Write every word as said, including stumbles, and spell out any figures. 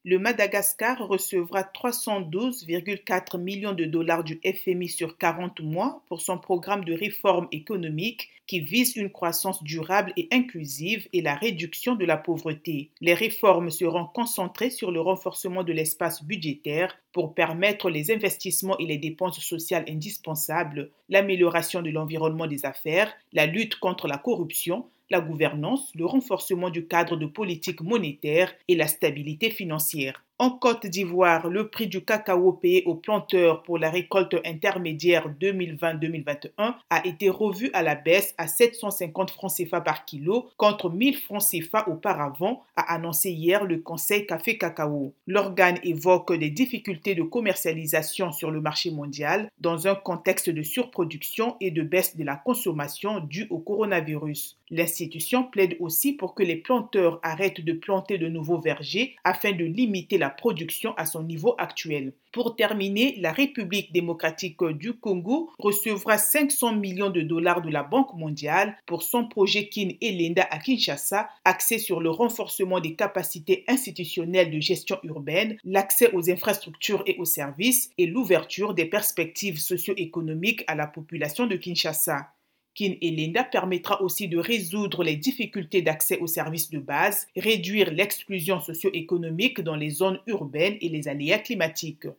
Le Madagascar recevra trois cent douze virgule quatre millions de dollars du F M I sur quarante mois pour son programme de réforme économique qui vise une croissance durable et inclusive et la réduction de la pauvreté. Les réformes seront concentrées sur le renforcement de l'espace budgétaire pour permettre les investissements et les dépenses sociales indispensables, l'amélioration de l'environnement des affaires, la lutte contre la corruption, la gouvernance, le renforcement du cadre de politique monétaire et la stabilité financière. En Côte d'Ivoire, le prix du cacao payé aux planteurs pour la récolte intermédiaire deux mille vingt-deux mille vingt et un a été revu à la baisse à sept cent cinquante francs C F A par kilo contre mille francs C F A auparavant, a annoncé hier le Conseil Café Cacao. L'organe évoque des difficultés de commercialisation sur le marché mondial dans un contexte de surproduction et de baisse de la consommation due au coronavirus. L'institution plaide aussi pour que les planteurs arrêtent de planter de nouveaux vergers afin de limiter la production à son niveau actuel. Pour terminer, la République démocratique du Congo recevra cinq cents millions de dollars de la Banque mondiale pour son projet Kin Elenda à Kinshasa, axé sur le renforcement des capacités institutionnelles de gestion urbaine, l'accès aux infrastructures et aux services et l'ouverture des perspectives socio-économiques à la population de Kinshasa. Kin Elenda permettra aussi de résoudre les difficultés d'accès aux services de base, réduire l'exclusion socio-économique dans les zones urbaines et les aléas climatiques.